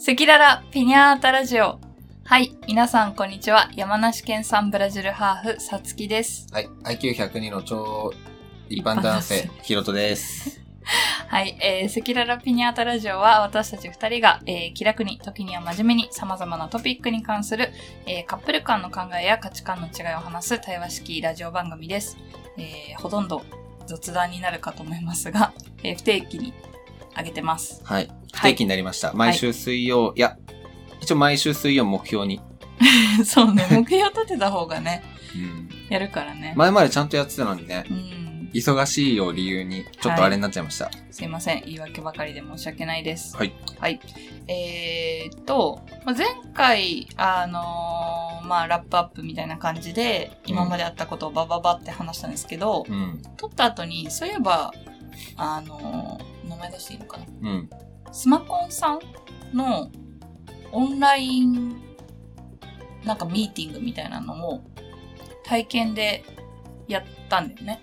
赤裸々ピニャータラジオ。はい、皆さんこんにちは。山梨県産ブラジルハーフ、さつきです。 はい、IQ102 の超一般男性、ひろとです。 はい、赤裸々ピニャータラジオは私たち二人が、気楽に、時には真面目に様々なトピックに関する、カップル間の考えや価値観の違いを話す対話式ラジオ番組です。ほとんど雑談になるかと思いますが、不定期に上げてます。 はい、不定期になりました。はい、毎週水曜、いや、一応毎週水曜目標に。 そうね、目標立てた方がね、やるからね。 前までちゃんとやってたのにね。忙しいを理由に、ちょっとあれになっちゃいました。 すいません。言い訳ばかりで申し訳ないです。 はい。 はい。前回、ラップアップみたいな感じで、今まであったことをバババって話したんですけど、撮った後に、そういえば、名前出していいのかな？スマコンさんのオンライン、なんかミーティングみたいなのを体験でやったんだよね。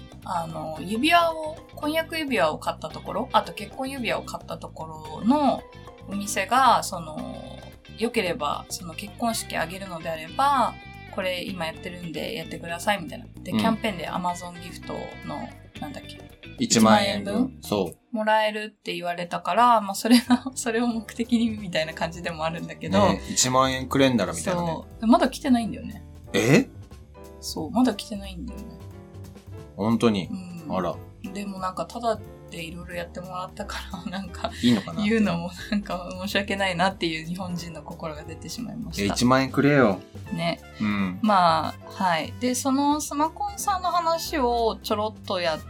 婚約指輪を買ったところ、あと結婚指輪を買ったところのお店が、良ければ、結婚式あげるのであれば、これ今やってるんでやってくださいみたいな。で、キャンペーンで Amazon ギフトの、 1万円分もらえるって言われたから、それを目的にみたいな感じでもあるんだけど。 ね、1万円くれんだらみたいなね。 そう。まだ来てないんだよね。そう、まだ来てないんだよね。 本当に、あら。 でもただでいろいろやってもらったからいいのかな言うのも申し訳ないなっていう日本人の心が出てしまいました。 1万円くれよ。 ね。はい。で、そのスマコンさんの話をちょろっとやって、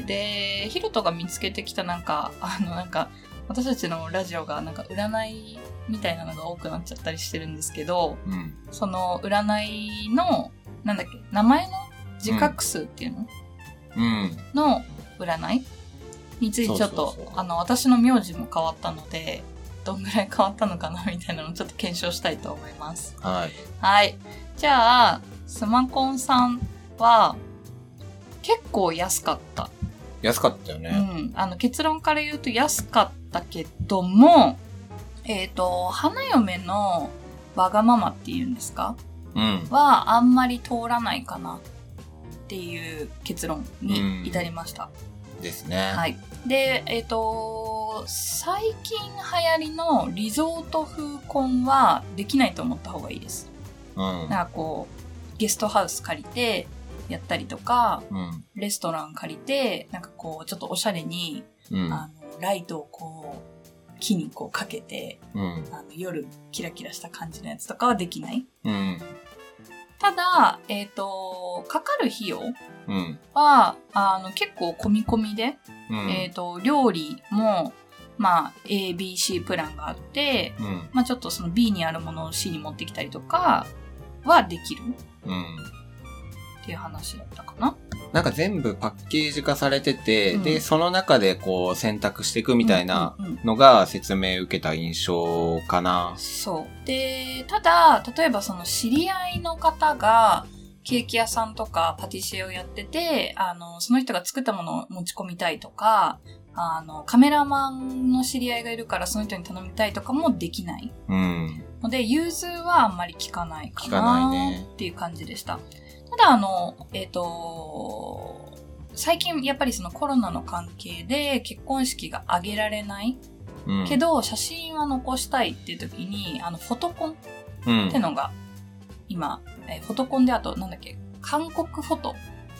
で、ヒロトが見つけてきた私たちのラジオが占いみたいなのが多くなっちゃったりしてるんですけど、その占いの、名前の自覚数っていうの、の占いについてちょっと、私の名字も変わったので、どんぐらい変わったのかなみたいなのをちょっと検証したいと思います。 はい。 はい。じゃあ、スマコンさんは、結構安かった。 安かったよね。 結論から言うと安かったけども、花嫁のわがままっていうんですか？は、あんまり通らないかなっていう結論に至りました。 ですね。 はい。で、最近流行りのリゾート風婚はできないと思った方がいいです。ゲストハウス借りてやったりとか、レストラン借りて、ちょっとおしゃれに、ライトを木にかけて、夜キラキラした感じのやつとかはできない。ただ、かかる費用は、結構込み込みで、料理も、A、B、C プランがあって、ちょっとその B にあるものを C に持ってきたりとかはできる。っていう話だったかな。 全部パッケージ化されてて、で、その中で選択していくみたいなのが説明受けた印象かな。 そう。で、ただ、例えばその知り合いの方が、ケーキ屋さんとかパティシエをやってて、その人が作ったものを持ち込みたいとか、カメラマンの知り合いがいるからその人に頼みたいとかもできない。ので、融通はあんまり効かないかなっていう感じでした。ただ最近やっぱりそのコロナの関係で結婚式が挙げられない、けど写真は残したいっていう時に、フォトコンってのが今、フォトコンであと韓国フォト。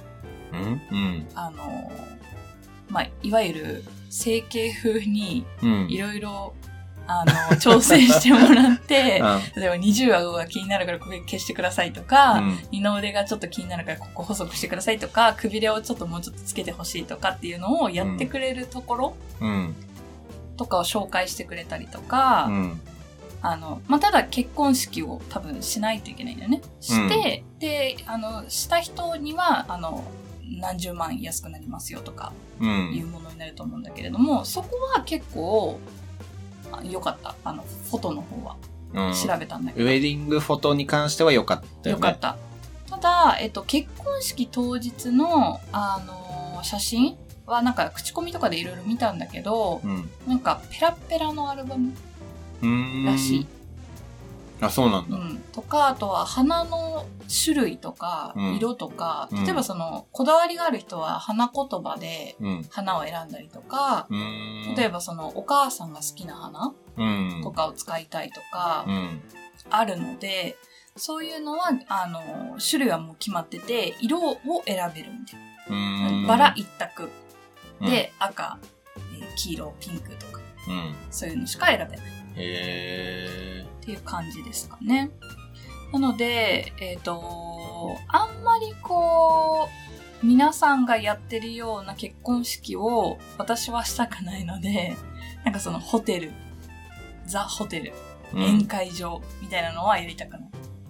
いわゆる整形風にいろいろ調整してもらって、例えば20顎が気になるからここ消してくださいとか、二の腕がちょっと気になるからここ細くしてくださいとか、くびれをもうちょっとつけてほしいとかっていうのをやってくれるところとかを紹介してくれたりとか、ただ結婚式を多分しないといけないんだよね。して、で、した人には、何十万安くなりますよとか、いうものになると思うんだけれども、そこは結構、良かった。フォトの方は。調べたんだけど。 ウェディングフォトに関しては良かったよね。 良かった。ただ、結婚式当日の、写真は口コミとかでいろいろ見たんだけど、ペラッペラのアルバムらしい。 あ、そうなんだ。 とか、あとは花の種類とか、色とか、例えばその、こだわりがある人は花言葉で花を選んだりとか、例えばその、お母さんが好きな花とかを使いたいとか、あるので、そういうのは、種類はもう決まってて、色を選べるんで。バラ一択で、赤、黄色、ピンクとか、そういうのしか選べない。っていう感じですかね。なので、あんまりこう、皆さんがやってるような結婚式を私はしたくないので、なんかそのホテル、ザ・ホテル、宴会場みたいなのはやりたくない。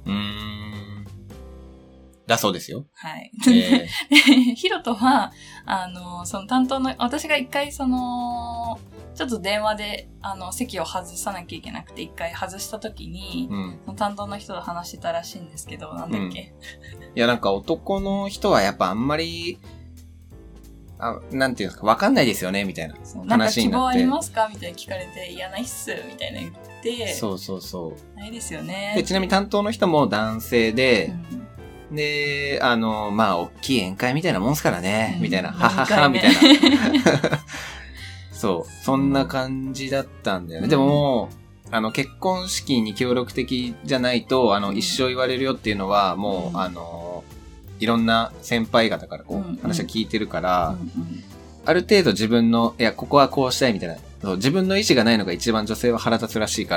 だそうですよ。 はい。ヒロトは、その担当の、私が一回その、ちょっと電話で、席を外さなきゃいけなくて、一回外した時に、担当の人と話してたらしいんですけど、なんだっけ、 いや、なんか男の人はやっぱあんまり、なんていうんですか、わかんないですよね、みたいな話になって。 なんか希望ありますかみたいな聞かれて、いや、ないっす、みたいな言って。 そう。 ないですよね。 で、ちなみに担当の人も男性で、で、まあ、大きい宴会みたいなもんすからね、みたいな、ははは、みたいな。そう、そんな感じだったんだよね。でも、結婚式に協力的じゃないと、一生言われるよっていうのは、もう、いろんな先輩方からこう、話を聞いてるから、ある程度自分の、いや、ここはこうしたいみたいな、そう自分の意思がないのが一番女性は腹立つらしいから、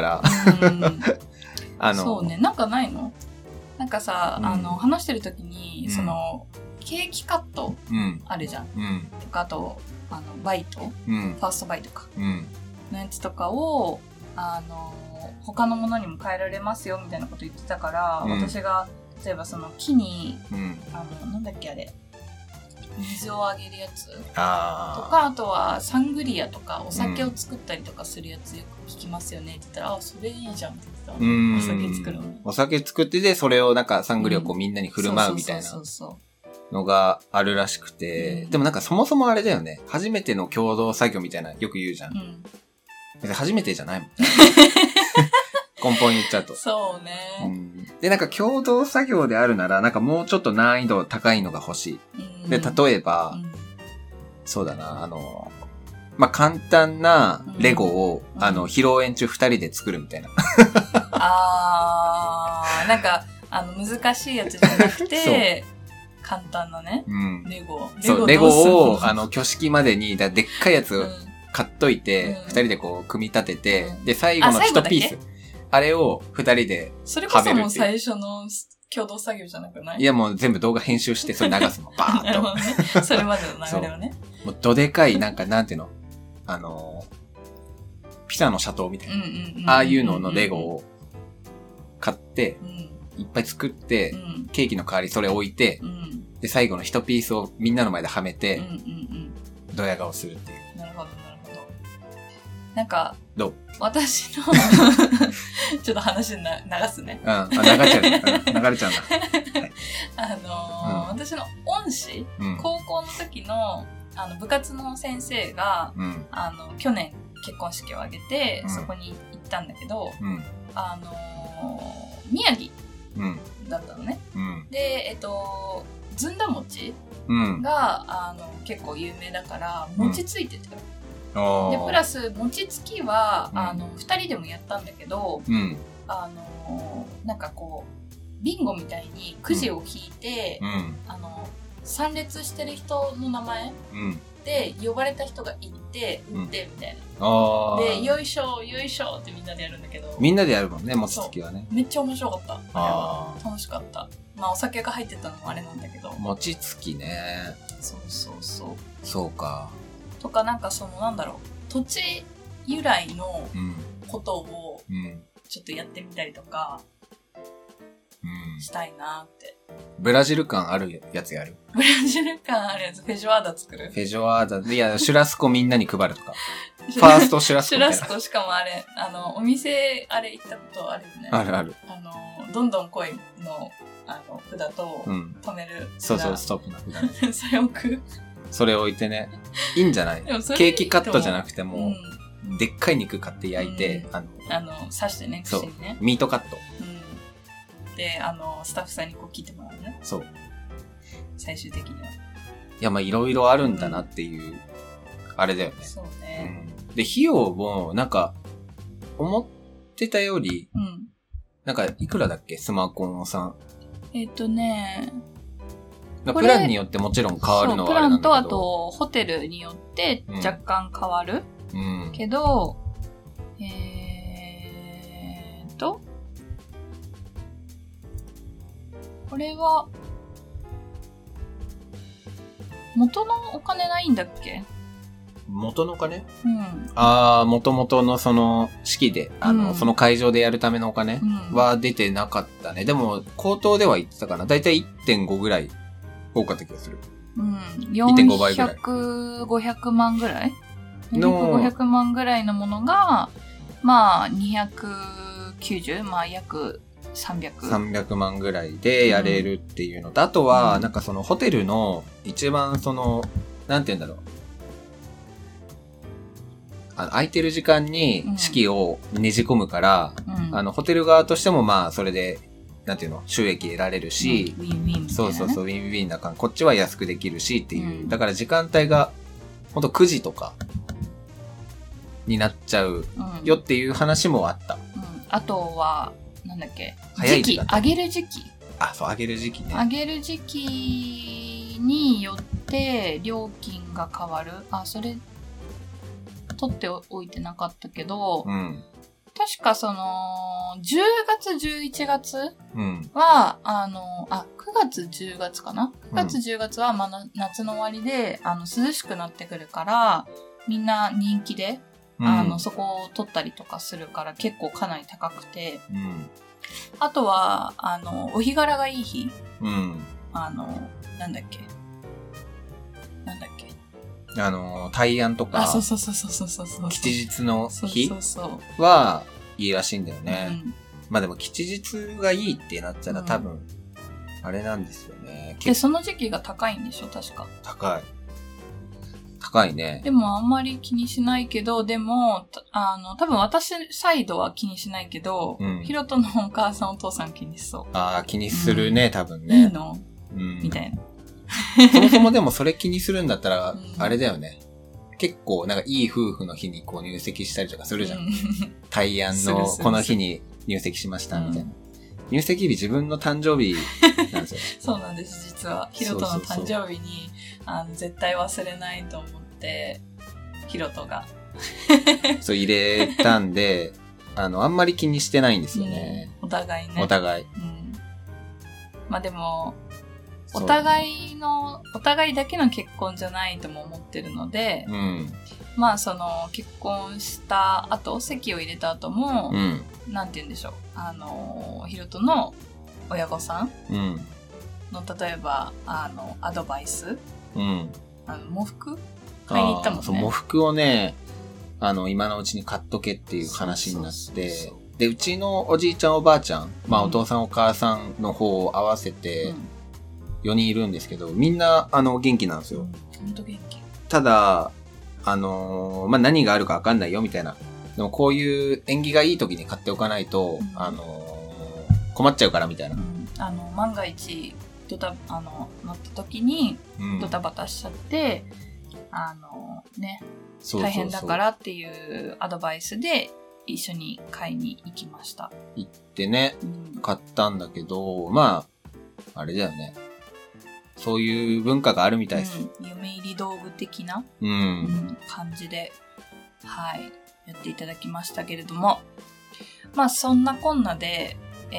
そうね、なんかないの？なんかさ、話してる時に、その、ケーキカットあるじゃん。とか、あと、バイト、ファーストバイトか。のやつとかを、他のものにも変えられますよ、みたいなこと言ってたから、私が、例えばその木に、なんだっけあれ、水をあげるやつとか、あとはサングリアとかお酒を作ったりとかするやつよく聞きますよねって言ったら、それいいじゃんって言ってた。お酒作るのに。 お酒作ってで、それをなんかサングリアをこうみんなに振る舞うみたいなのがあるらしくて、でもなんかそもそもあれだよね。初めての共同作業みたいなよく言うじゃん。初めてじゃないもん。根本言っちゃうと。 そうね。 で、なんか共同作業であるなら、なんかもうちょっと難易度高いのが欲しい。で、例えば、そうだな、まあ、簡単なレゴを、披露宴中2人で作るみたいな。 なんか、難しいやつじゃなくて、簡単なね、レゴ。 そう、レゴを、挙式までに、でっかいやつ買っといて、2人でこう、組み立てて、で、最後の1ピース。あれを2人でそれこそもう最初の共同作業じゃなくない？ いやもう全部動画編集してそれ流すの。バーッと。 なるほどね。それまでの流れをね。 もうどでかい、なんかなんていうのピザのシャトーみたいな。ああいうののレゴを買って、いっぱい作って、ケーキの代わりそれ置いて、で、最後の1ピースをみんなの前ではめて、ドヤ顔するっていう。 なるほど、なるほど。なんか、 どう？ 私のちょっと話流すね。 流れちゃう。流れちゃうんだ。はい、 私の恩師、高校の時の部活の先生が、去年結婚式を挙げて、そこに行ったんだけど、宮城だったのね。で、ずんだ餅が、結構有名だから、餅ついてたよ。で、プラス、餅つきは、2人でもやったんだけど、なんかこう、ビンゴみたいにくじを引いて、参列してる人の名前で、呼ばれた人が行って、打って、みたいな。で、よいしょ、よいしょってみんなでやるんだけど。 みんなでやるもんね、餅つきはね。 めっちゃ面白かった。楽しかった。まあ、お酒が入ってたのもあれなんだけど。 餅つきね。 そうそうそう。 そうか。 とかなんかそのなんだろう土地由来のことをちょっとやってみたりとかしたいなって、 ブラジル感あるやつやる？ ブラジル感あるやつフェジョアーダ作る？ フェジョアーダ、いやシュラスコみんなに配るとかファーストシュラスコみたいな。 シュラスコしかもあれお店あれ行ったことあるよね。 あるある。 どんどん来いの札と止めるそうそうストップの札それ置く。 それ置いてね。いいんじゃない？ケーキカットじゃなくても、 でっかい肉買って焼いて、 刺してね、串にね。 ミートカット。 で、スタッフさんにこう切ってもらうね。 そう。 最終的には。 いや、まあいろいろあるんだなっていう、あれだよね。 そうね。 で、費用も、なんか、思ってたより、なんか、いくらだっけスマコンさん。プランによってもちろん変わるのはあれなんだけど。 プランと、あと、ホテルによって若干変わる。けど、これは、元のお金ないんだっけ？ 元のお金？元々のその式で、その会場でやるためのお金は出てなかったね。でも、口頭では言ってたかな。だいたい 1.5 ぐらい多かった気がする。1.5 倍ぐらい。 500万ぐらい？500万ぐらいのものが、まあ、290、まあ、約300 万ぐらいでやれるっていうのと、あとは、なんかそのホテルの一番その、なんて言うんだろう。空いてる時間に式をねじ込むから、ホテル側としてもまあ、それで、なんていうの、収益得られるし、 ウィンウィンみたいなね。 そう、ウィンウィンだから、こっちは安くできるしっていう。だから時間帯が、ほんと9時とか、になっちゃうよっていう話もあった。 あとは、なんだっけ、 早い時期、上げる時期。 そう、上げる時期ね。 上げる時期によって料金が変わる。それ、取っておいてなかったけど、確かその、10月、11月は、9月、10月かな ?9 月、10月は、まあ、夏の終わりで、涼しくなってくるから、みんな人気で、そこを取ったりとかするから結構かなり高くて、あとは、お日柄がいい日、なんだっけ大安とか、 そう。 吉日の日はいいらしいんだよね。まあでも吉日がいいってなったら多分、あれなんですよね。 で、その時期が高いんでしょ確か。 高いね。 でもあんまり気にしないけど、でも、多分私サイドは気にしないけど、ヒロトのお母さんお父さん気にしそう。 気にするね、多分ね。 いいのみたいな。 そもそもでもそれ気にするんだったら、あれだよね。結構なんかいい夫婦の日にこう入籍したりとかするじゃん。大安のこの日に入籍しましたみたいな。入籍日自分の誕生日なんですよ。 そうなんです、実は。ヒロトの誕生日に絶対忘れないと思って、ヒロトが。 そう入れたんで、あんまり気にしてないんですよね。 お互いね。 お互い。 まあでも、お互いだけの結婚じゃないとも思ってるので、まあその結婚した後、籍を入れた後も、なんて言うんでしょう、ヒロトの親御さんの、例えば、アドバイス、喪服買いに行ったもんね。 そう、喪服をね、今のうちに買っとけっていう話になって、で、うちのおじいちゃんおばあちゃん、まあお父さんお母さんの方を合わせて、4人いるんですけど、みんな、元気なんですよ。 ほんと元気。 ただ、まあ、何があるか分かんないよ、みたいな。でも、こういう縁起がいい時に買っておかないと、困っちゃうから、みたいな。 万が一、乗った時に、ドタバタしちゃって、大変だからっていうアドバイスで、一緒に買いに行きました。 行ってね、買ったんだけど、まあ、あれだよね。そういう文化があるみたいです。 嫁入り道具的な、感じで、やっていただきましたけれども、まあそんなこんなで、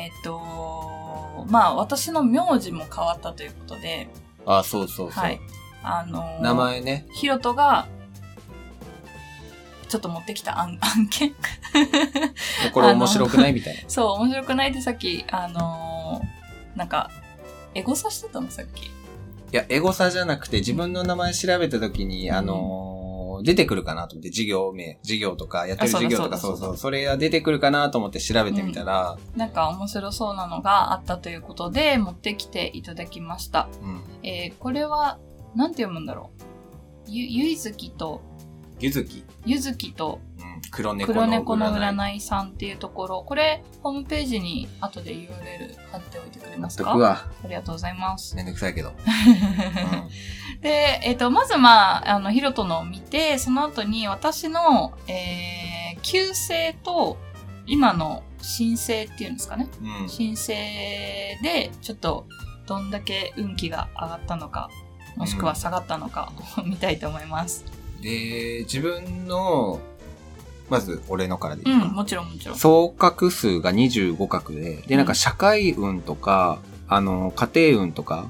まあ私の名字も変わったということで、 そう。名前ね。 ヒロトが、ちょっと持ってきた案件これ面白くないみたいな。 そう、面白くないってさっき、なんか、エゴサしてたのさっき。 いや、エゴサじゃなくて自分の名前調べたときに、出てくるかなと思って、事業とか、やってる事業とか、それが出てくるかなと思って調べてみたら、 なんか面白そうなのがあったということで、持ってきていただきました。これは、なんて読むんだろう。ゆずきと、 黒猫の占いさんっていうところ、これホームページに後で URL 貼っておいてくれますか？ありがとうございます。 めんどくさいけど。 で、まずヒロトのを見て、その後に私の、旧星と今の新星っていうんですかね。新星でちょっとどんだけ運気が上がったのか、もしくは下がったのかを見たいと思います。 で、自分のまず俺のからでいいか、 もちろん。 総画数が25画で、なんか社会運とか、家庭運とか、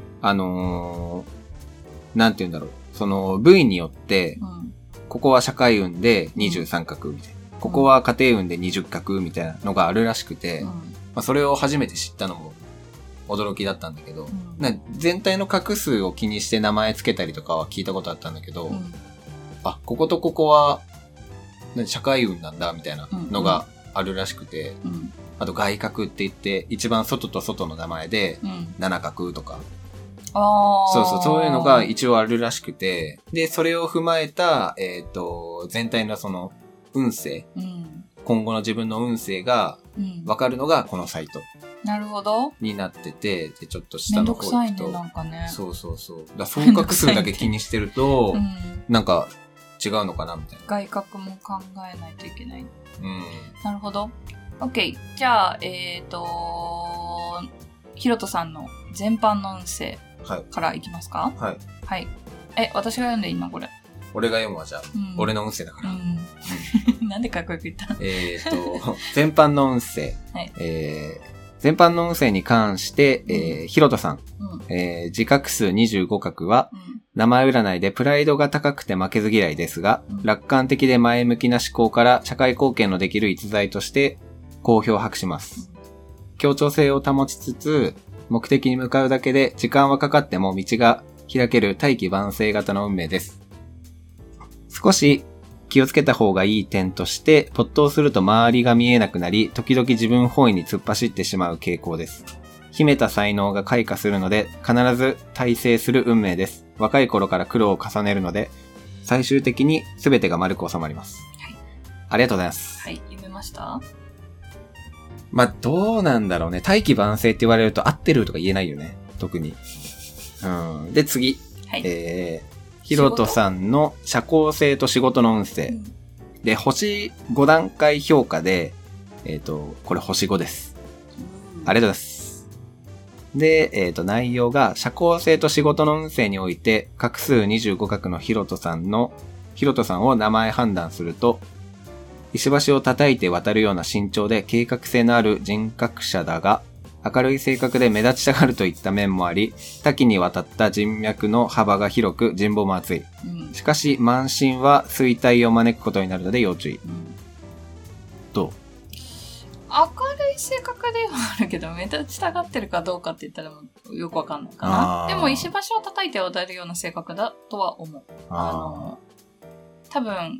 なんて言うんだろう。その部位によって、ここは社会運で23画みたいな。ここは家庭運で20画みたいなのがあるらしくて、それを初めて知ったのも驚きだったんだけど、全体の画数を気にして名前つけたりとかは聞いたことあったんだけど、あ、こことここは社会運なんだみたいなのがあるらしくて、あと外角って言って一番外と外の名前で7角とか、そういうのが一応あるらしくて、でそれを踏まえた全体のその運勢、今後の自分の運勢が分かるのがこのサイト。 なるほど。 になってて、で、ちょっと下の方行くと。 めんどくさいね、なんかね。 そう。だ総画数だけ気にしてると、なんか違うのかなみたいな。 外角も考えないといけない。なるほど。OK。じゃあ、ヒロトさんの全般の運勢からいきますか？はい。私が読んでいいのこれ。 俺が読むわ、じゃあ。俺の運勢だから。 なんでかっこよく言った？ 全般の運勢。全般の運勢に関して、ヒロトさん、自画数25画は、名前占いでプライドが高くて負けず嫌いですが、楽観的で前向きな思考から社会貢献のできる逸材として好評を博します。協調性を保ちつつ、目的に向かうだけで時間はかかっても道が開ける大器晩成型の運命です。少し気をつけた方がいい点として、没頭すると周りが見えなくなり、時々自分本位に突っ走ってしまう傾向です。秘めた才能が開花するので、必ず大成する運命です。若い頃から苦労を重ねるので、最終的に全てが丸く収まります。はい。ありがとうございます。 はい、読めました？ どうなんだろうね。大器晩成って言われると合ってるとか言えないよね。特に。で、次。はい。ヒロトさんの社交性と仕事の運勢。で、星5段階評価で、これ星5です。ありがとうございます。で、内容が、社交性と仕事の運勢において、画数25画のヒロトさんを名前判断すると、石橋を叩いて渡るような身長で計画性のある人格者だが、明るい性格で目立ちたがるといった面もあり、多岐にわたった人脈の幅が広く人望も厚い。しかし、慢心は衰退を招くことになるので要注意。どう？ 明るい性格ではあるけど、目立ちたがってるかどうかって言ったらよくわかんないかな。でも、石橋を叩いて渡るような性格だとは思う。多分、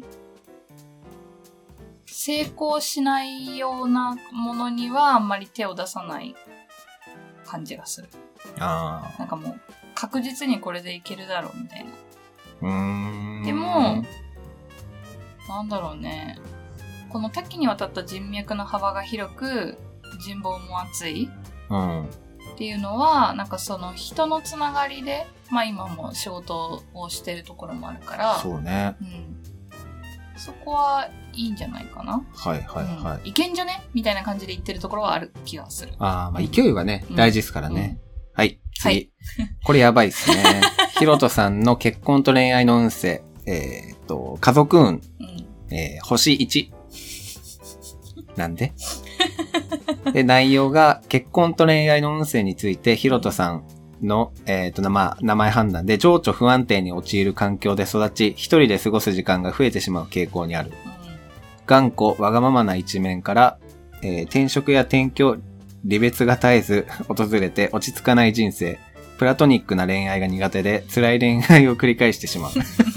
成功しないようなものにはあんまり手を出さない感じがする。なんかもう確実にこれでいけるだろうみたいな。でも、なんだろうね。この多岐にわたった人脈の幅が広く人望も厚いっていうのは、なんかその人のつながりで、今も仕事をしてるところもあるから、 そうね。 そこはいいんじゃないかな。いけんじゃねみたいな感じで言ってるところはある気がする。 勢いはね、大事ですからね。はい、次。はい、これやばいですね。ヒロトさんの結婚と恋愛の運勢。家族運。星1。なんでで、内容が結婚と恋愛の運勢について、ヒロトさんの、名前判断で情緒不安定に陥る環境で育ち、一人で過ごす時間が増えてしまう傾向にある。頑固、わがままな一面から、転職や転居、離別が絶えず訪れて落ち着かない人生。プラトニックな恋愛が苦手で辛い恋愛を繰り返してしまう。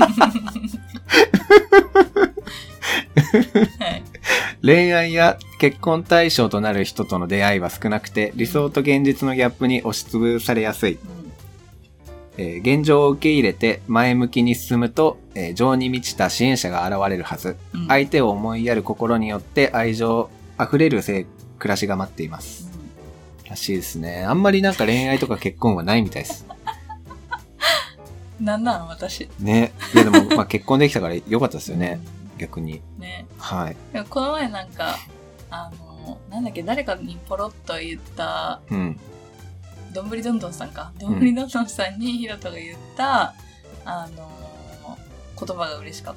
恋愛や結婚対象となる人との出会いは少なくて、理想と現実のギャップに押しつぶされやすい。現状を受け入れて前向きに進むと情に満ちた支援者が現れるはず。相手を思いやる心によって愛情あふれる暮らしが待っています。らしいですね。あんまりなんか恋愛とか結婚はないみたいです。 なんなの私。 ね。いやでも、まあ結婚できたから良かったですよね。逆に。 ね。 はい。 でもこの前なんか、なんだっけ、誰かにポロッと言った、どんぶりどんどんさんか。どんぶりどんどんさんにヒロトが言った、言葉が嬉しかった。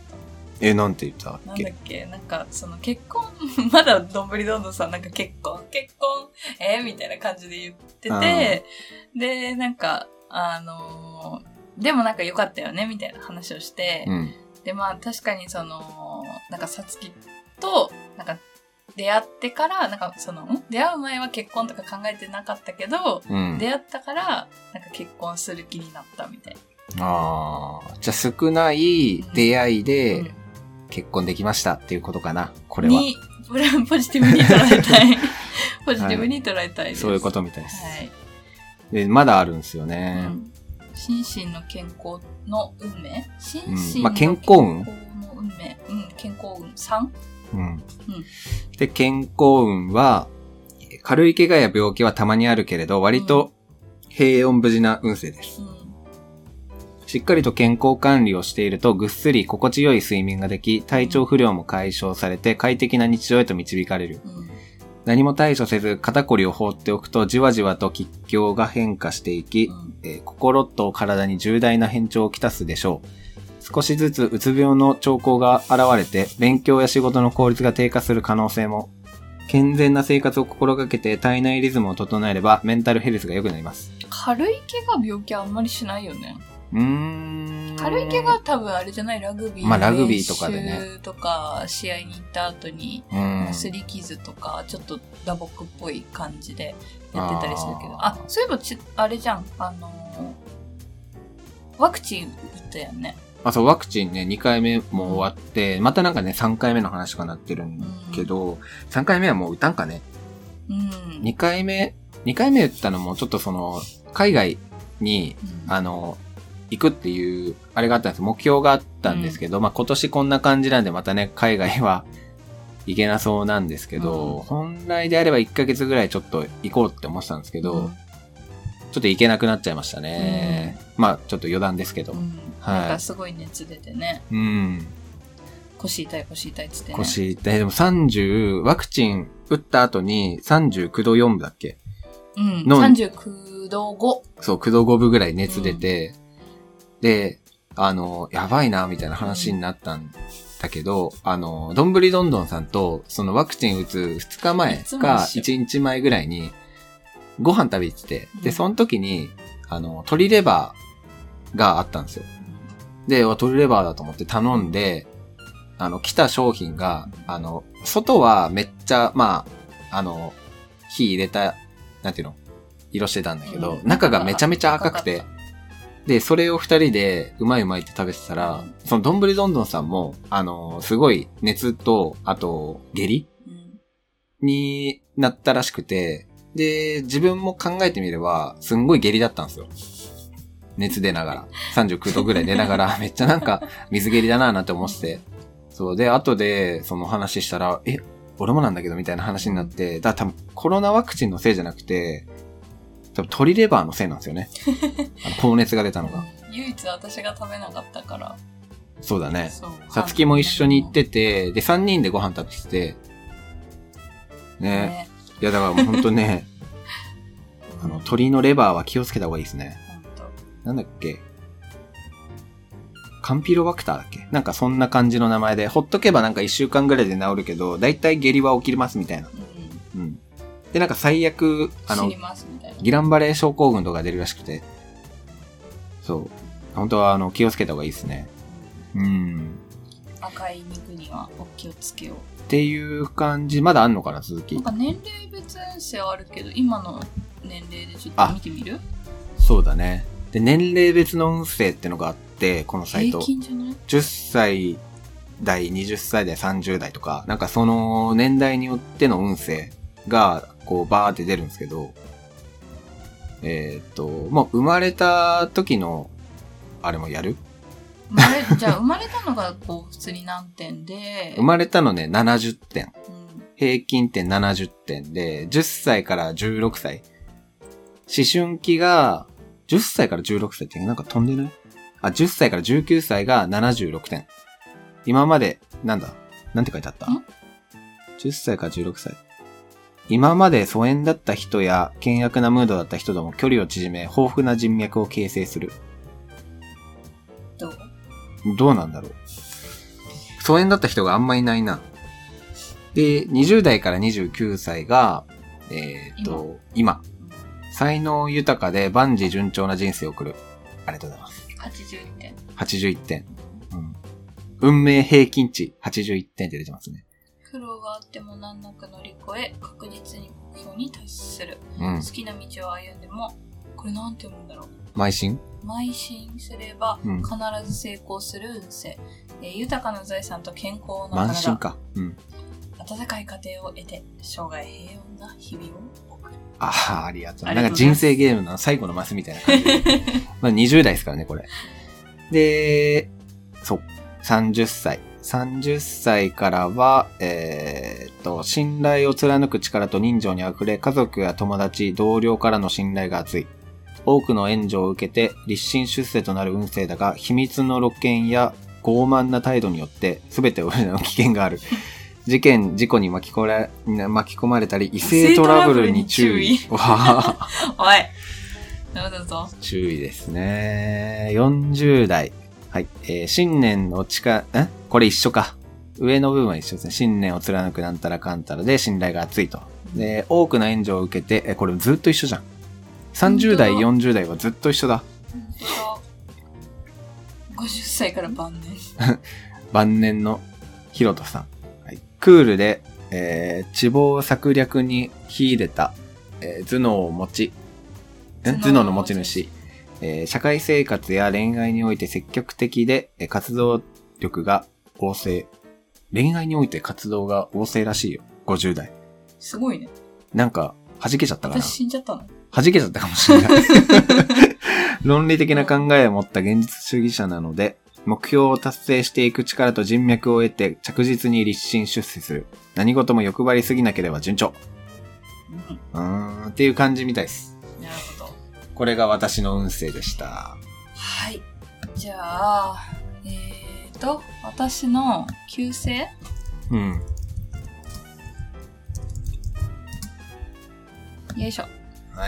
なんて言ったっけ？ なんだっけ、なんか、その結婚、まだどんぶりどんどんさんなんか結婚みたいな感じで言ってて、で、なんか、でもなんか良かったよねみたいな話をして、で、まあ確かにその、なんかさつきと、なんか出会ってから、なんかその、出会う前は結婚とか考えてなかったけど、出会ったから、なんか結婚する気になったみたいな。 じゃあ少ない出会いで結婚できましたっていうことかな、これは。 ポジティブに捉えたい。ポジティブに捉えたいです。 そういうことみたいです。 はい。 で、まだあるんですよね。 心身の健康の運命？心身の健康運？ 健康運 3？ で、健康運は、軽い怪我や病気はたまにあるけれど、割と平穏無事な運勢です。しっかりと健康管理をしていると、ぐっすり心地よい睡眠ができ、体調不良も解消されて、快適な日常へと導かれる。何も対処せず肩こりを放っておくとじわじわと気境が変化していき、心と体に重大な変調をきたすでしょう。少しずつうつ病の兆候が現れて勉強や仕事の効率が低下する可能性も。健全な生活を心がけて体内リズムを整えればメンタルヘルスが良くなります。 軽い怪我病気はあんまりしないよね。軽い怪我は多分あれじゃない、ラグビーの練習とか試合に行った後に擦り傷とかちょっと打撲っぽい感じでやってたりするけど、そういえばあれじゃん、ワクチン打ったよね。 そう、ワクチンね、2回目も終わって、またなんかね、3回目の話がなってるんけど、3回目はもう打たんかね。2回目打ったのもちょっとその、海外に、行くっていう、あれがあったんです。目標があったんですけど、今年こんな感じなんでまたね、海外は行けなそうなんですけど、本来であれば1ヶ月ぐらいちょっと行こうって思ってたんですけど、ちょっと行けなくなっちゃいましたね。ちょっと余談ですけど。 なんかすごい熱出てね。腰痛いっつってね。 腰痛い。でもワクチン打った後に39度4分だっけ 39度5。 そう、9度5分ぐらい熱出て、で、やばいな、みたいな話になったんだけど、どんぶりどんどんさんと、そのワクチン打つ2日前か1日前ぐらいに、ご飯食べに行ってて、で、その時に、鶏レバーがあったんですよ。で、鶏レバーだと思って頼んで、来た商品が、外はめっちゃ、火入れた、なんていうの？色してたんだけど、中がめちゃめちゃ赤くて、で、それを2人でうまいうまいって食べてたら、そのどんぶりどんどんさんも、すごい熱と、あと、下痢になったらしくて、で、自分も考えてみれば、すんごい下痢だったんですよ。熱出ながら。39度ぐらい出ながら、めっちゃなんか、水下痢だなぁなんて思ってて。そう。で、後で、その話したら、俺もなんだけど、みたいな話になって、だから多分、コロナワクチンのせいじゃなくて、多分、鶏レバーのせいなんですよね。高熱が出たのが。 唯一私が食べなかったから。 そうだね。さつきも一緒に行ってて、で、3人でご飯食べてて、ね。いや、だからもうほんとね、鶏のレバーは気をつけた方がいいですね。なんだっけ、カンピロバクターだっけ、なんかそんな感じの名前で、ほっとけばなんか1週間ぐらいで治るけど、だいたい下痢は起きますみたいな。で、なんか最悪、ギランバレー症候群とか出るらしくて。そう。本当は気をつけた方がいいですね。 赤い肉にはお気をつけよう。 っていう感じ、まだあんのかな、続き。 なんか年齢別運勢あるけど、今の年齢でちょっと見てみる？ そうだね。で、年齢別の運勢ってのがあって、このサイト。 平均じゃない？ 10 歳代、20歳代、30代とか、なんかその年代によっての運勢が、こう、バーって出るんですけど、もう生まれた時の、あれもやる？ じゃあ生まれたのがこう普通に何点で生まれたのね、70点。 うん、 平均点70点で、10歳から16歳。思春期が、10歳から16歳ってなんか飛んでない？あ、10歳から19歳が76点。今まで、なんて書いてあった？ 10 歳から16歳。今まで疎遠だった人や険悪なムードだった人とも距離を縮め、豊富な人脈を形成する。どうなんだろう。疎遠だった人があんまいないな。で、20代から29歳が、今。才能豊かで万事順調な人生を送る。ありがとうございます。 81点。 81点。うん。運命平均値81点って出てますね。 苦労があっても難なく乗り越え、確実に目標に達する。 うん、 好きな道を歩んでも、これなんて読むんだろう。 邁進すれば必ず成功する運勢。豊かな財産と健康の体。 邁進か。うん。 温かい家庭を得て、生涯平穏な日々を送る。 ありがとう。なんか人生ゲームの最後のマスみたいな感じで。まあ20代ですからね、これ。で、そう。30歳。30歳からは、信頼を貫く力と人情に溢れ、家族や友達、同僚からの信頼が厚い。多くの援助を受けて、立身出世となる運勢だが、秘密の露見や傲慢な態度によって、全てを失う危険がある。事故に巻き込まれたり、異性トラブルに注意。おい。 どうぞ。 注意ですね。40代。はい。信念のこれ一緒か。上の部分は一緒ですね。信念を貫くなんたらかんたらで信頼が厚いと。で、多くの援助を受けて、これずっと一緒じゃん。30代、40代はずっと一緒だ。 50歳から晩年。 晩年のヒロトさん。クールで、知謀策略に秀でた、頭脳の持ち主、社会生活や恋愛において積極的で、活動力が旺盛。恋愛において活動が旺盛らしいよ。50代。 すごいね。 なんか、弾けちゃったかな。 私死んじゃったの？ 弾けちゃったかもしれない。論理的な考えを持った現実主義者なので、目標を達成していく力と人脈を得て着実に立身出世する。何事も欲張りすぎなければ順調。っていう感じみたいです。 なるほど。 これが私の運勢でした。 はい。じゃあ、私の旧姓？ うん。 よいしょ。 はい。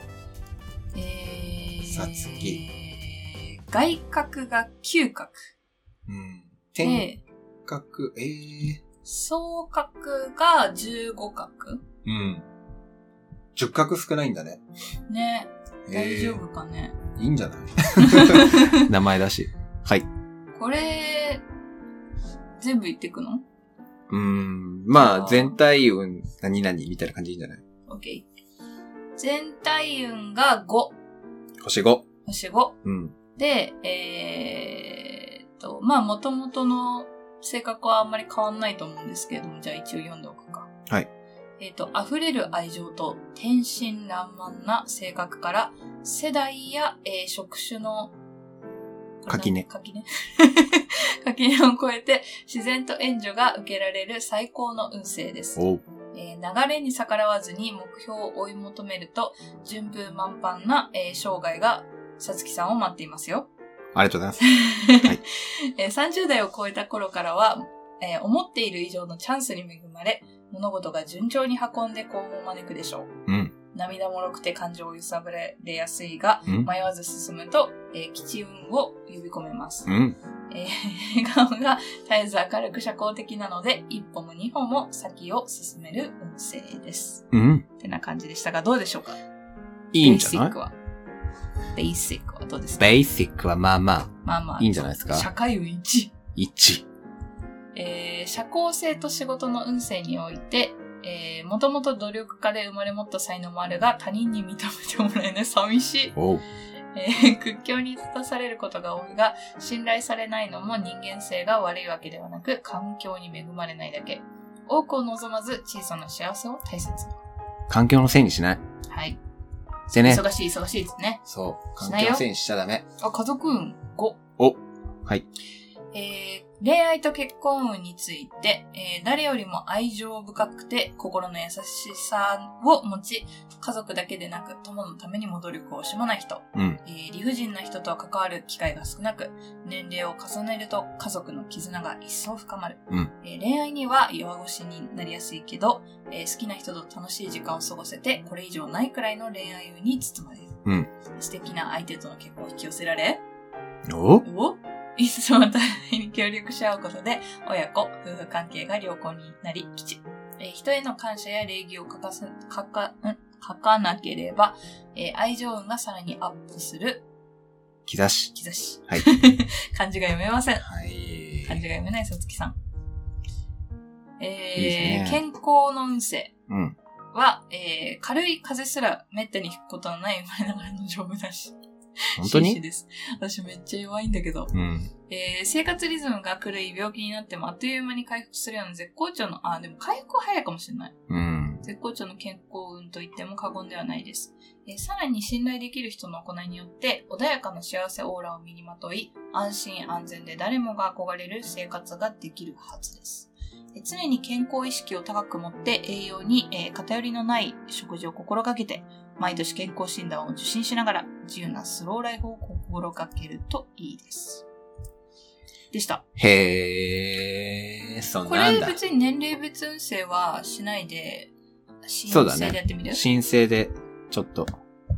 さつき。 外角が9角。 うん。点角、 総角が15角。 うん。10角少ないんだね。 ね。大丈夫かね。 いいんじゃない名前だし。はい。 これ、全部言っていくの？ まあ、全体運、何々みたいな感じでいいんじゃない？ OK。全体運が5。 星5。 星5。 うん。 で、まあ、元々の性格はあんまり変わんないと思うんですけれども、じゃあ一応読んでおくか。 はい。 溢れる愛情と天真爛漫な性格から、世代や、職種の垣根を超えて、自然と援助が受けられる最高の運勢です。流れに逆らわずに目標を追い求めると、順風満帆な、生涯がさつきさんを待っていますよ。 ありがとうございます。はい、 30代を超えた頃からは、思っている以上のチャンスに恵まれ、物事が順調に運んで幸運を招くでしょう。 うん、 涙もろくて感情を揺さぶられやすいが、迷わず進むと、吉運を呼び込めます。笑顔が絶えず明るく社交的なので、一歩も二歩も先を進める運勢です。ってな感じでしたが、どうでしょうか？ いいんじゃない？ ベーシックはどうですか？ ベーシックはまあまあいいんじゃないですか？ 社会運1。 1。 社交性と仕事の運勢において、もともと努力家で生まれ持った才能もあるが、他人に認めてもらえない。寂しい。屈強に立たされることが多いが、信頼されないのも人間性が悪いわけではなく、環境に恵まれないだけ。多くを望まず、小さな幸せを大切に。 環境のせいにしない。 はい。 でね。 忙しいですね。 そう。環境のせいにしちゃダメ。 家族運5。 お。 はい。 恋愛と結婚運について、誰よりも愛情深くて心の優しさを持ち、家族だけでなく友のためにも努力を惜しまない人、理不尽な人と関わる機会が少なく、年齢を重ねると家族の絆が一層深まる。恋愛には弱腰になりやすいけど、好きな人と楽しい時間を過ごせて、これ以上ないくらいの恋愛運に包まれる。素敵な相手との結婚を引き寄せられ、いつも互いに協力し合うことで、親子、夫婦関係が良好になり吉。人への感謝や礼儀を書かなければ、愛情運がさらにアップする。 兆し。 はい。漢字が読めません。 はい。 漢字が読めないさつきさん。 いいですね、 健康の運勢は、軽い風邪すらめったに引くことのない生まれながらの丈夫だし。 本当に？ です。私めっちゃ弱いんだけど、生活リズムが狂い病気になってもあっという間に回復するような絶好調の、でも回復は早いかもしれない。絶好調の健康運と言っても過言ではないです。さらに信頼できる人の行いによって穏やかな幸せオーラを身にまとい、安心安全で誰もが憧れる生活ができるはずです。常に健康意識を高く持って栄養に、偏りのない食事を心がけて、毎年健康診断を受診しながら自由なスローライフを心がけるといいです。でした。 へー、そんなんだ。 これ別に年齢別運勢はしないで、申請でやってみる？ 申請で、ちょっと。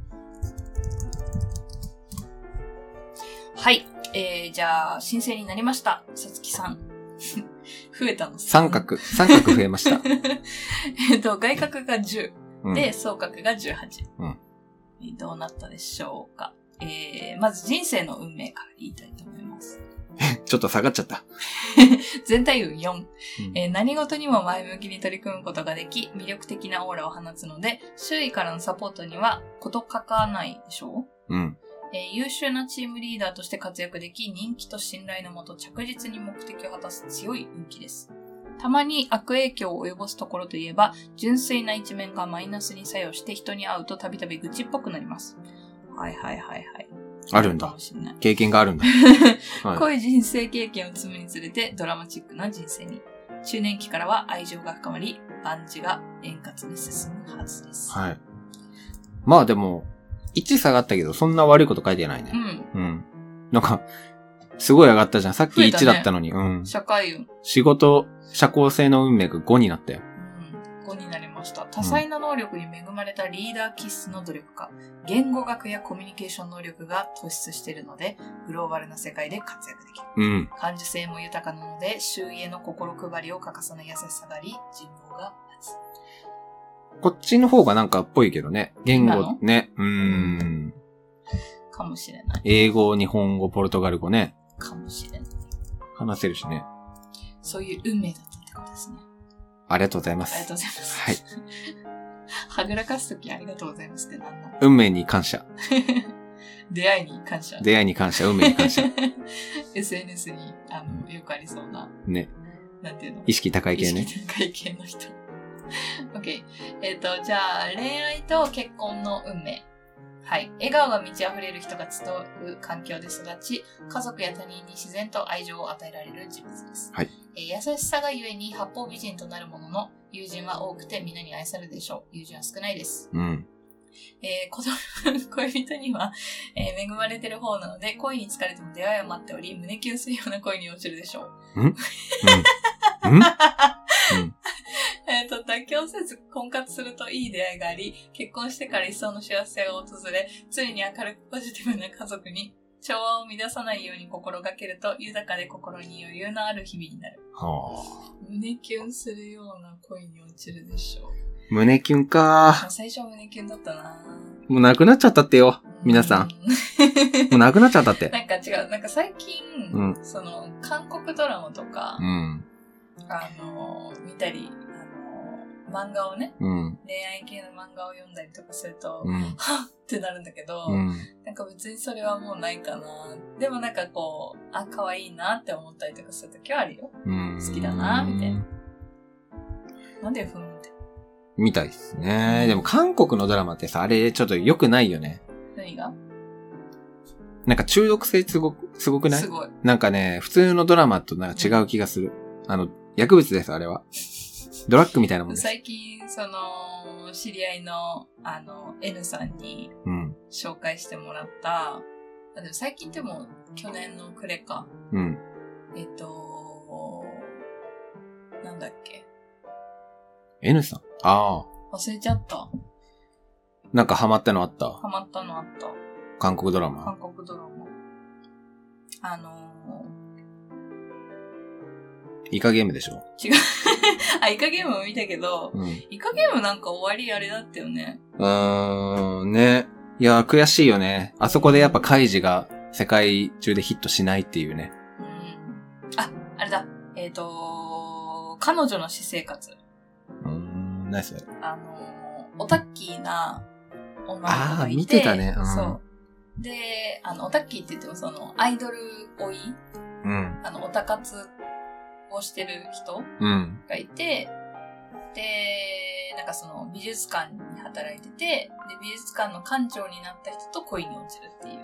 はい。じゃあ、申請になりました。さつきさん。増えたの？ 三角増えました。 外角が10。で、総角が18。どうなったでしょうか。まず人生の運命から言いたいと思います。 ちょっと下がっちゃった。 全体運4、何事にも前向きに取り組むことができ、魅力的なオーラを放つので、周囲からのサポートには事欠かないでしょう？優秀なチームリーダーとして活躍でき、人気と信頼のもと着実に目的を果たす強い運気です。たまに悪影響を及ぼすところといえば、純粋な一面がマイナスに作用して人に会うとたびたび愚痴っぽくなります。はい。 あるんだ。経験があるんだ。 濃い人生経験を積むにつれてドラマチックな人生に。中年期からは愛情が深まり、万事が円滑に進むはずです。 はい。まあでも、1下がったけど、そんな悪いこと書いてないね。なんか、すごい上がったじゃん。さっき1だったのに。 社会運。 仕事、社交性の運命が5になったよ。 5になりました。多彩な能力に恵まれたリーダー気質の努力家。言語学やコミュニケーション能力が突出しているので、グローバルな世界で活躍できる。感受性も豊かなので、周囲への心配りを欠かさない優しさがあり、人望が立つ。 こっちの方がなんかっぽいけどね。言語ね。 かもしれない。 英語、日本語、ポルトガル語ね。 かもしれない。 話せるしね。 そういう運命だったってことですね。 ありがとうございます。 ありがとうございます。 はい。 はぐらかすときありがとうございますって何なの？ 運命に感謝。 出会いに感謝。 出会いに感謝、運命に感謝。 SNS に、よくありそうな。 ね。 なんていうの？ 意識高い系ね。 意識高い系の人。OK。じゃあ、恋愛と結婚の運命。はい。笑顔が満ち溢れる人が集う環境で育ち、家族や他人に自然と愛情を与えられる人物です。 はい。 優しさがゆえに八方美人となるものの、友人は多くて皆に愛されるでしょう。友人は少ないです。恋人には、恵まれてる方なので、恋に疲れても出会いを待っており、胸キュンするような恋に落ちるでしょう。妥協せず婚活するといい出会いがあり、結婚してから一層の幸せが訪れ、常に明るくポジティブな家族に調和を乱さないように心がけると、豊かで心に余裕のある日々になる。胸キュンするような恋に落ちるでしょう。 胸キュンか。 最初は胸キュンだったな。 もうなくなっちゃったってよ、皆さん。もうなくなっちゃったって。 なんか違う。なんか最近、韓国ドラマとか、見たり、漫画をね、恋愛系の漫画を読んだりとかすると、はっってなるんだけど、なんか別にそれはもうないかな。でもなんかこう、可愛いなって思ったりとかするときはあるよ。好きだな、みたいな。なんでふんって。 みたいですね。でも韓国のドラマってさ、あれちょっと良くないよね。 何が？ なんか中毒性すすごくない？ すごい。 なんかね、普通のドラマとなんか違う気がする。薬物です、あれは。ドラッグみたいなもんです。 最近、知り合いの、N さんに、紹介してもらった、でも最近でも、去年の暮れか。 うん。 なんだっけ。 N さん？ああ。忘れちゃった。 なんかハマったのあった？ ハマったのあった。 韓国ドラマ？ 韓国ドラマ。 イカゲームでしょ？ 違う。イカゲームも見たけど、イカゲームなんか終わりあれだったよね。 ね。いや、悔しいよね。あそこでやっぱカイジが世界中でヒットしないっていうね。 あれだ。彼女の私生活。 何それ？ オタッキーな女の子がいて。 見てたね。 そう。で、オタッキーって言ってもアイドル追い？オタ活をしてる人がいて、で、なんか美術館に働いてて、で、美術館の館長になった人と恋に落ちるっていう。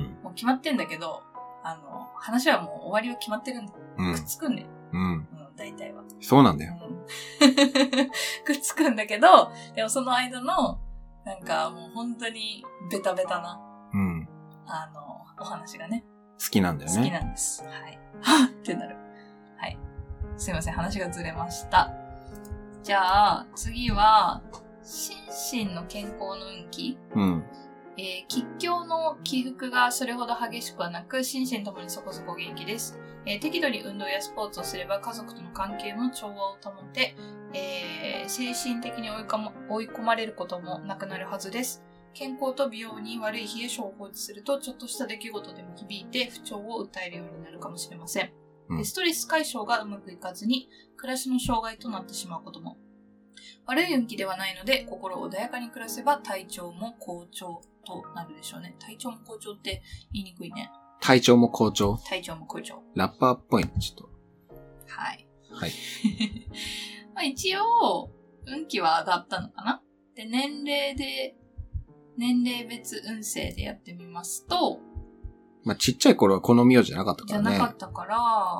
もう決まってんだけど、話はもう終わりは決まってるんで、くっつくんで。大体は。 そうなんだよ。 くっつくんだけど、でもその間の、なんかもう本当にベタベタな、お話がね。 好きなんだよね。 好きなんです。はい。はぁってなる。はい。すいません、話がずれました。じゃあ、次は、心身の健康の運気。吉凶の起伏がそれほど激しくはなく、心身ともにそこそこ元気です。適度に運動やスポーツをすれば家族との関係も調和を保て、精神的に追い込まれることもなくなるはずです。健康と美容に悪い冷え性を放置すると、ちょっとした出来事でも響いて不調を訴えるようになるかもしれません。ストレス解消がうまくいかずに、暮らしの障害となってしまうことも。悪い運気ではないので、心穏やかに暮らせば体調も好調となるでしょうね。体調も好調って言いにくいね。 体調も好調？ 体調も好調。 ラッパーっぽいね、ちょっと。 はい。 はい。 まあ一応、運気は上がったのかな？で、年齢別運勢でやってみますと、 まあ、ちっちゃい頃はこの名字じゃなかったからね。 じゃなかったから、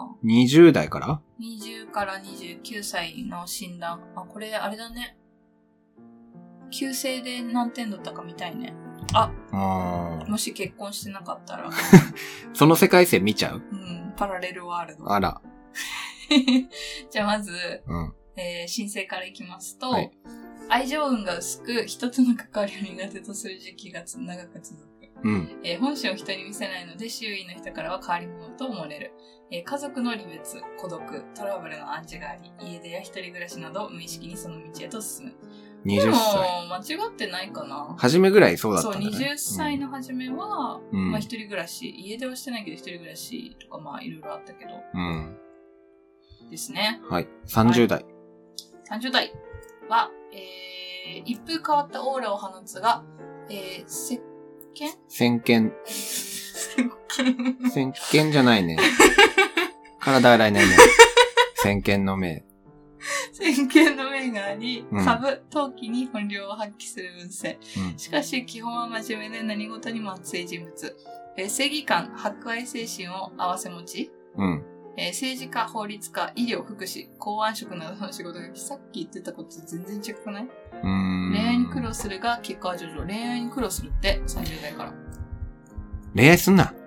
20代から ?20 から29歳の診断。これあれだね。旧姓で何点だったか見たいね。もし結婚してなかったら。 その世界線見ちゃう？ パラレルワールド。 あら。 じゃあまず、申請からいきますと、愛情運が薄く、人との関わりを苦手とする時期が長く続く。本心を人に見せないので、周囲の人からは変わり者と思われる。家族の離別、孤独、トラブルの暗示があり、家出や一人暮らしなど無意識にその道へと進む。 20歳。 でも、間違ってないかな。 初めぐらいそうだったんだね。 そう、20歳の初めは、まあ一人暮らし、家出はしてないけど一人暮らしとかまあいろいろあったけど。ですね。 はい。30代。 30代は、一風変わったオーラを放つが、 先見じゃないね。体洗いないね。先見の明。 先見の明があり、株、陶器に本領を発揮する運勢。しかし、基本は真面目で何事にも熱い人物。正義感、博愛精神を併せ持ち。政治家、法律家、医療、福祉、公安職などの仕事がさっき言ってたことと全然違くない？恋愛に苦労するが、結果は徐々。恋愛に苦労するって、30代から。 恋愛すんな。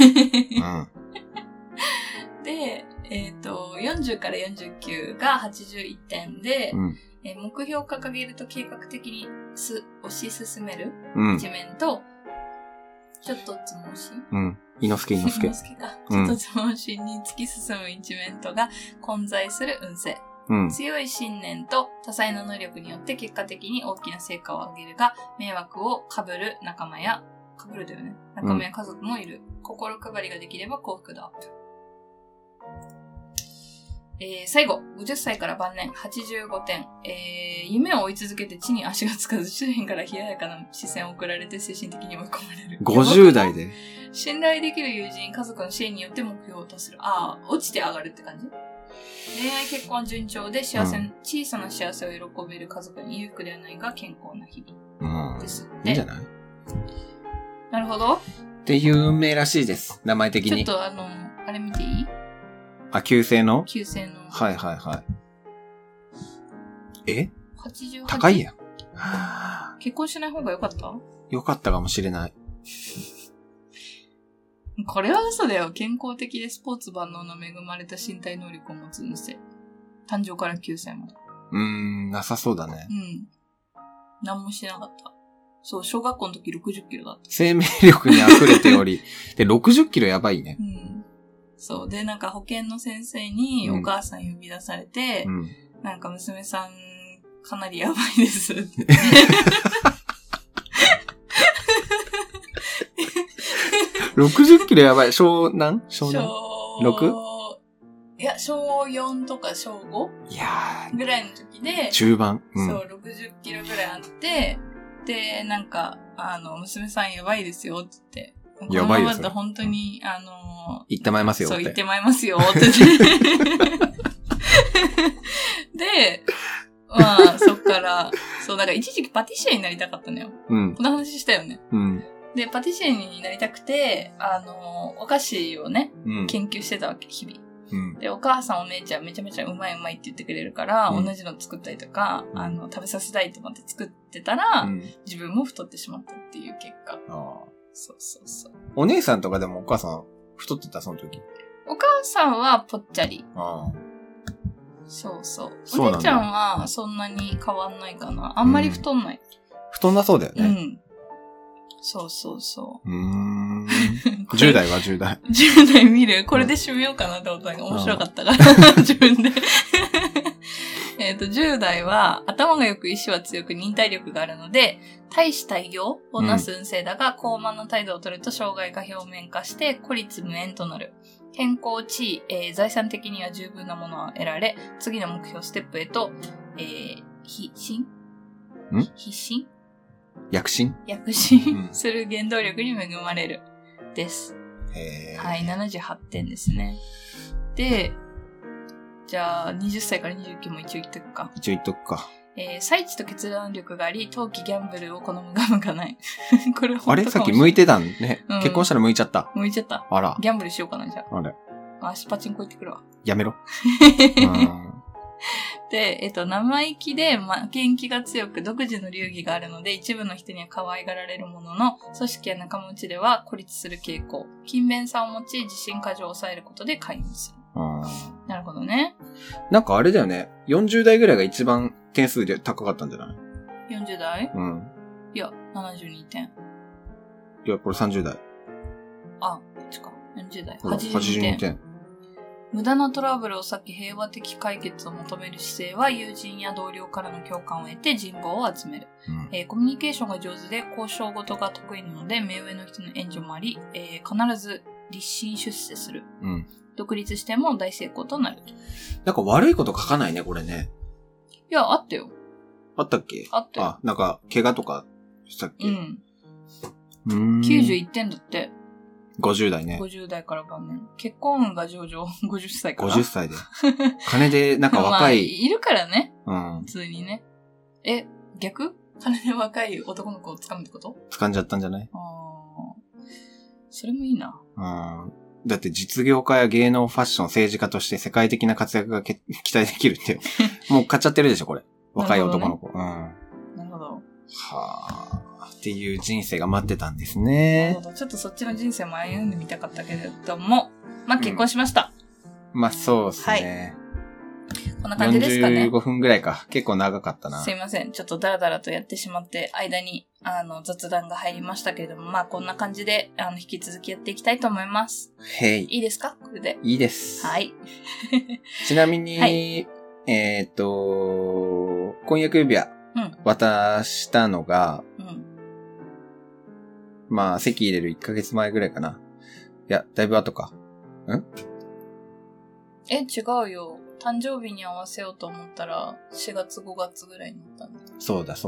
で、40から49が81点で、目標を掲げると計画的に推し進める一面と、ちょっとつもし伊之助か。 ちょっとつもしに突き進む一面とが混在する運勢。強い信念と多彩な能力によって結果的に大きな成果を上げるが、迷惑を被る仲間や家族もいる。心配りができれば幸福度アップ。最後、50歳から晩年、85点。夢を追い続けて地に足がつかず、周辺から冷ややかな視線を送られて精神的に追い込まれる。 50代で信頼できる友人、家族の支援によって目標を達する。落ちて上がるって感じ？恋愛結婚順調で小さな幸せを喜べる家族に裕福ではないが健康な日々。ですって。 いいんじゃない？ なるほど。 で、有名らしいです。名前的に。 ちょっとあれ見ていい？ あ、旧姓の？ 旧姓の。 はいはいはい。え？ 88？ 高いやん。 結婚しない方が良かった？ 良かったかもしれない。 これは嘘だよ。健康的でスポーツ万能な恵まれた身体能力を持つんですよ。誕生から9歳まで。 なさそうだね。 うん。何もしてなかった。そう、小学校の時60キロだった。 生命力に溢れており。で、60キロやばいね。 うん。そう。で、なんか保健の先生にお母さん呼び出されて、なんか娘さんかなりやばいですって。 60キロやばい。小何？小何？ 6？ いや、小4とか小 5？ いやー。 ぐらいの時で、 中盤。 そう、60キロぐらいあって、で、なんか、娘さんやばいですよって言って。 やばいですよ。 このままだと本当に、 行ってまいますよって。 そう、行ってまいますよって言って。で、まあ、そっから、そう、なんか一時期パティシエになりたかったのよ。 うん。 この話したよね。 うん。 で、パティシエになりたくて、お菓子をね、研究してたわけ、日々。で、お母さんお姉ちゃんめちゃめちゃうまいうまいって言ってくれるから、同じの作ったりとか、食べさせたいと思って作ってたら、自分も太ってしまったっていう結果。そうそうそう。 お姉さんとかでもお母さん太ってたその時？ お母さんはぽっちゃり。そうそう。お姉ちゃんはそんなに変わんないかな。あんまり太んない。 太んなそうだよね。 うん。そうそうそう。 10代は10代。 10代見る？これで締めようかなって思ったのが面白かったから、自分で。10代は頭が良く意志は強く忍耐力があるので、大使大業をなす運勢だが、高慢な態度を取ると障害が表面化して孤立無縁となる。健康地位、財産的には十分なものは得られ、次の目標ステップへと、必進躍進する原動力に恵まれる。です。はい、78点ですね。で、じゃあ、20歳から29も一応言っとくか。 一応言っとくか。 才知と決断力があり、冬季ギャンブルを好むが向かない。これ本当あれさっき向いてたんね。結婚したら向いちゃった。 向いちゃった。 あら。 ギャンブルしようかな、じゃあ。 あれ。 パチンコ行ってくるわ。 やめろ。 で、生意気で負けん気が強く独自の流儀があるので、一部の人には可愛がられるものの、組織や仲間内では孤立する傾向。勤勉さを持ち、自信過剰を抑えることで回避する。なるほどね。 なんかあれだよね。40代ぐらいが一番点数で高かったんじゃない？ 40 代？ うん。 いや、72点。 いや、これ30代。 あ、こっちか。40代。 82点。 無駄なトラブルを避け平和的解決を求める姿勢は友人や同僚からの共感を得て人望を集める。コミュニケーションが上手で交渉事が得意なので目上の人の援助もあり、必ず立身出世する。独立しても大成功となる。 なんか悪いこと書かないね、これね。 いや、あったよ。 あったっけ？ あったよ。 あ、なんか、怪我とかしたっけ？ 91点だって。 50代ね。 50代から晩年。結婚運が上々、50歳から。 50歳で。金で、なんか若い。 まあ、いるからね。 普通にね。逆？金で若い男の子を掴むってこと？ 掴んじゃったんじゃない？ それもいいな。 だって実業家や芸能、ファッション、政治家として世界的な活躍が期待できるって。もう買っちゃってるでしょ、これ。若い男の子。なるほど。 はあ。っていう人生が待ってたんですね。 なるほど。ちょっとそっちの人生も歩んでみたかったけれども、まあ、結婚しました。 まあ、そうですね。 こんな感じですかね。 45分ぐらいか。結構長かったな。 すいません。ちょっとダラダラとやってしまって、間に、雑談が入りましたけれども、まあ、こんな感じで、引き続きやっていきたいと思います。 へい。 いいですか？これで。 いいです。 はい。 ちなみに、婚約指輪、渡したのが、まあ、籍入れる1ヶ月前ぐらいかな。いや、だいぶ後か。 違うよ。誕生日に合わせようと思ったら、4月5月ぐらいになったんだ。 そうだ。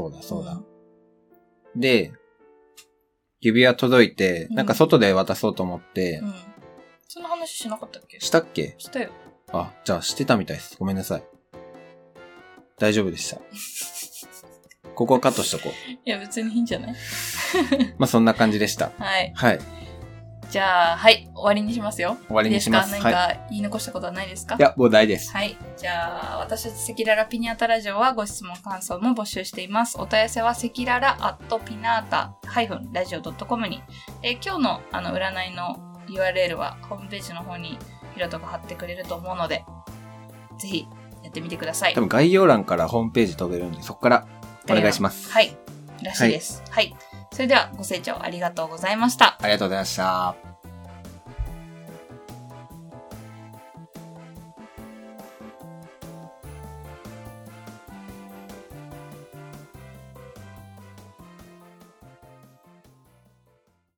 で、指輪届いて、なんか外で渡そうと思って、 その話しなかったっけ？ したっけ？ したよ。 あ、じゃあしてたみたいです。ごめんなさい。大丈夫でした。ここはカットしとこう。 いや、別にいいんじゃない？ まあそんな感じでした。 はい。 はい。 じゃあ、はい、終わりにしますよ。 終わりにします。 何か言い残したことはないですか？ いや、もうないです。 はい。じゃあ、私たち赤裸々ピニャータラジオはご質問感想も募集しています。お問い合わせは赤裸々@pinata-radio.com に。今日の占いの URL はホームページの方にひろとが貼ってくれると思うので、ぜひやってみてください。 多分概要欄からホームページ飛べるんで、そこからお願いします。 はい。らしいです。はい。それではご清聴ありがとうございました。 ありがとうございました。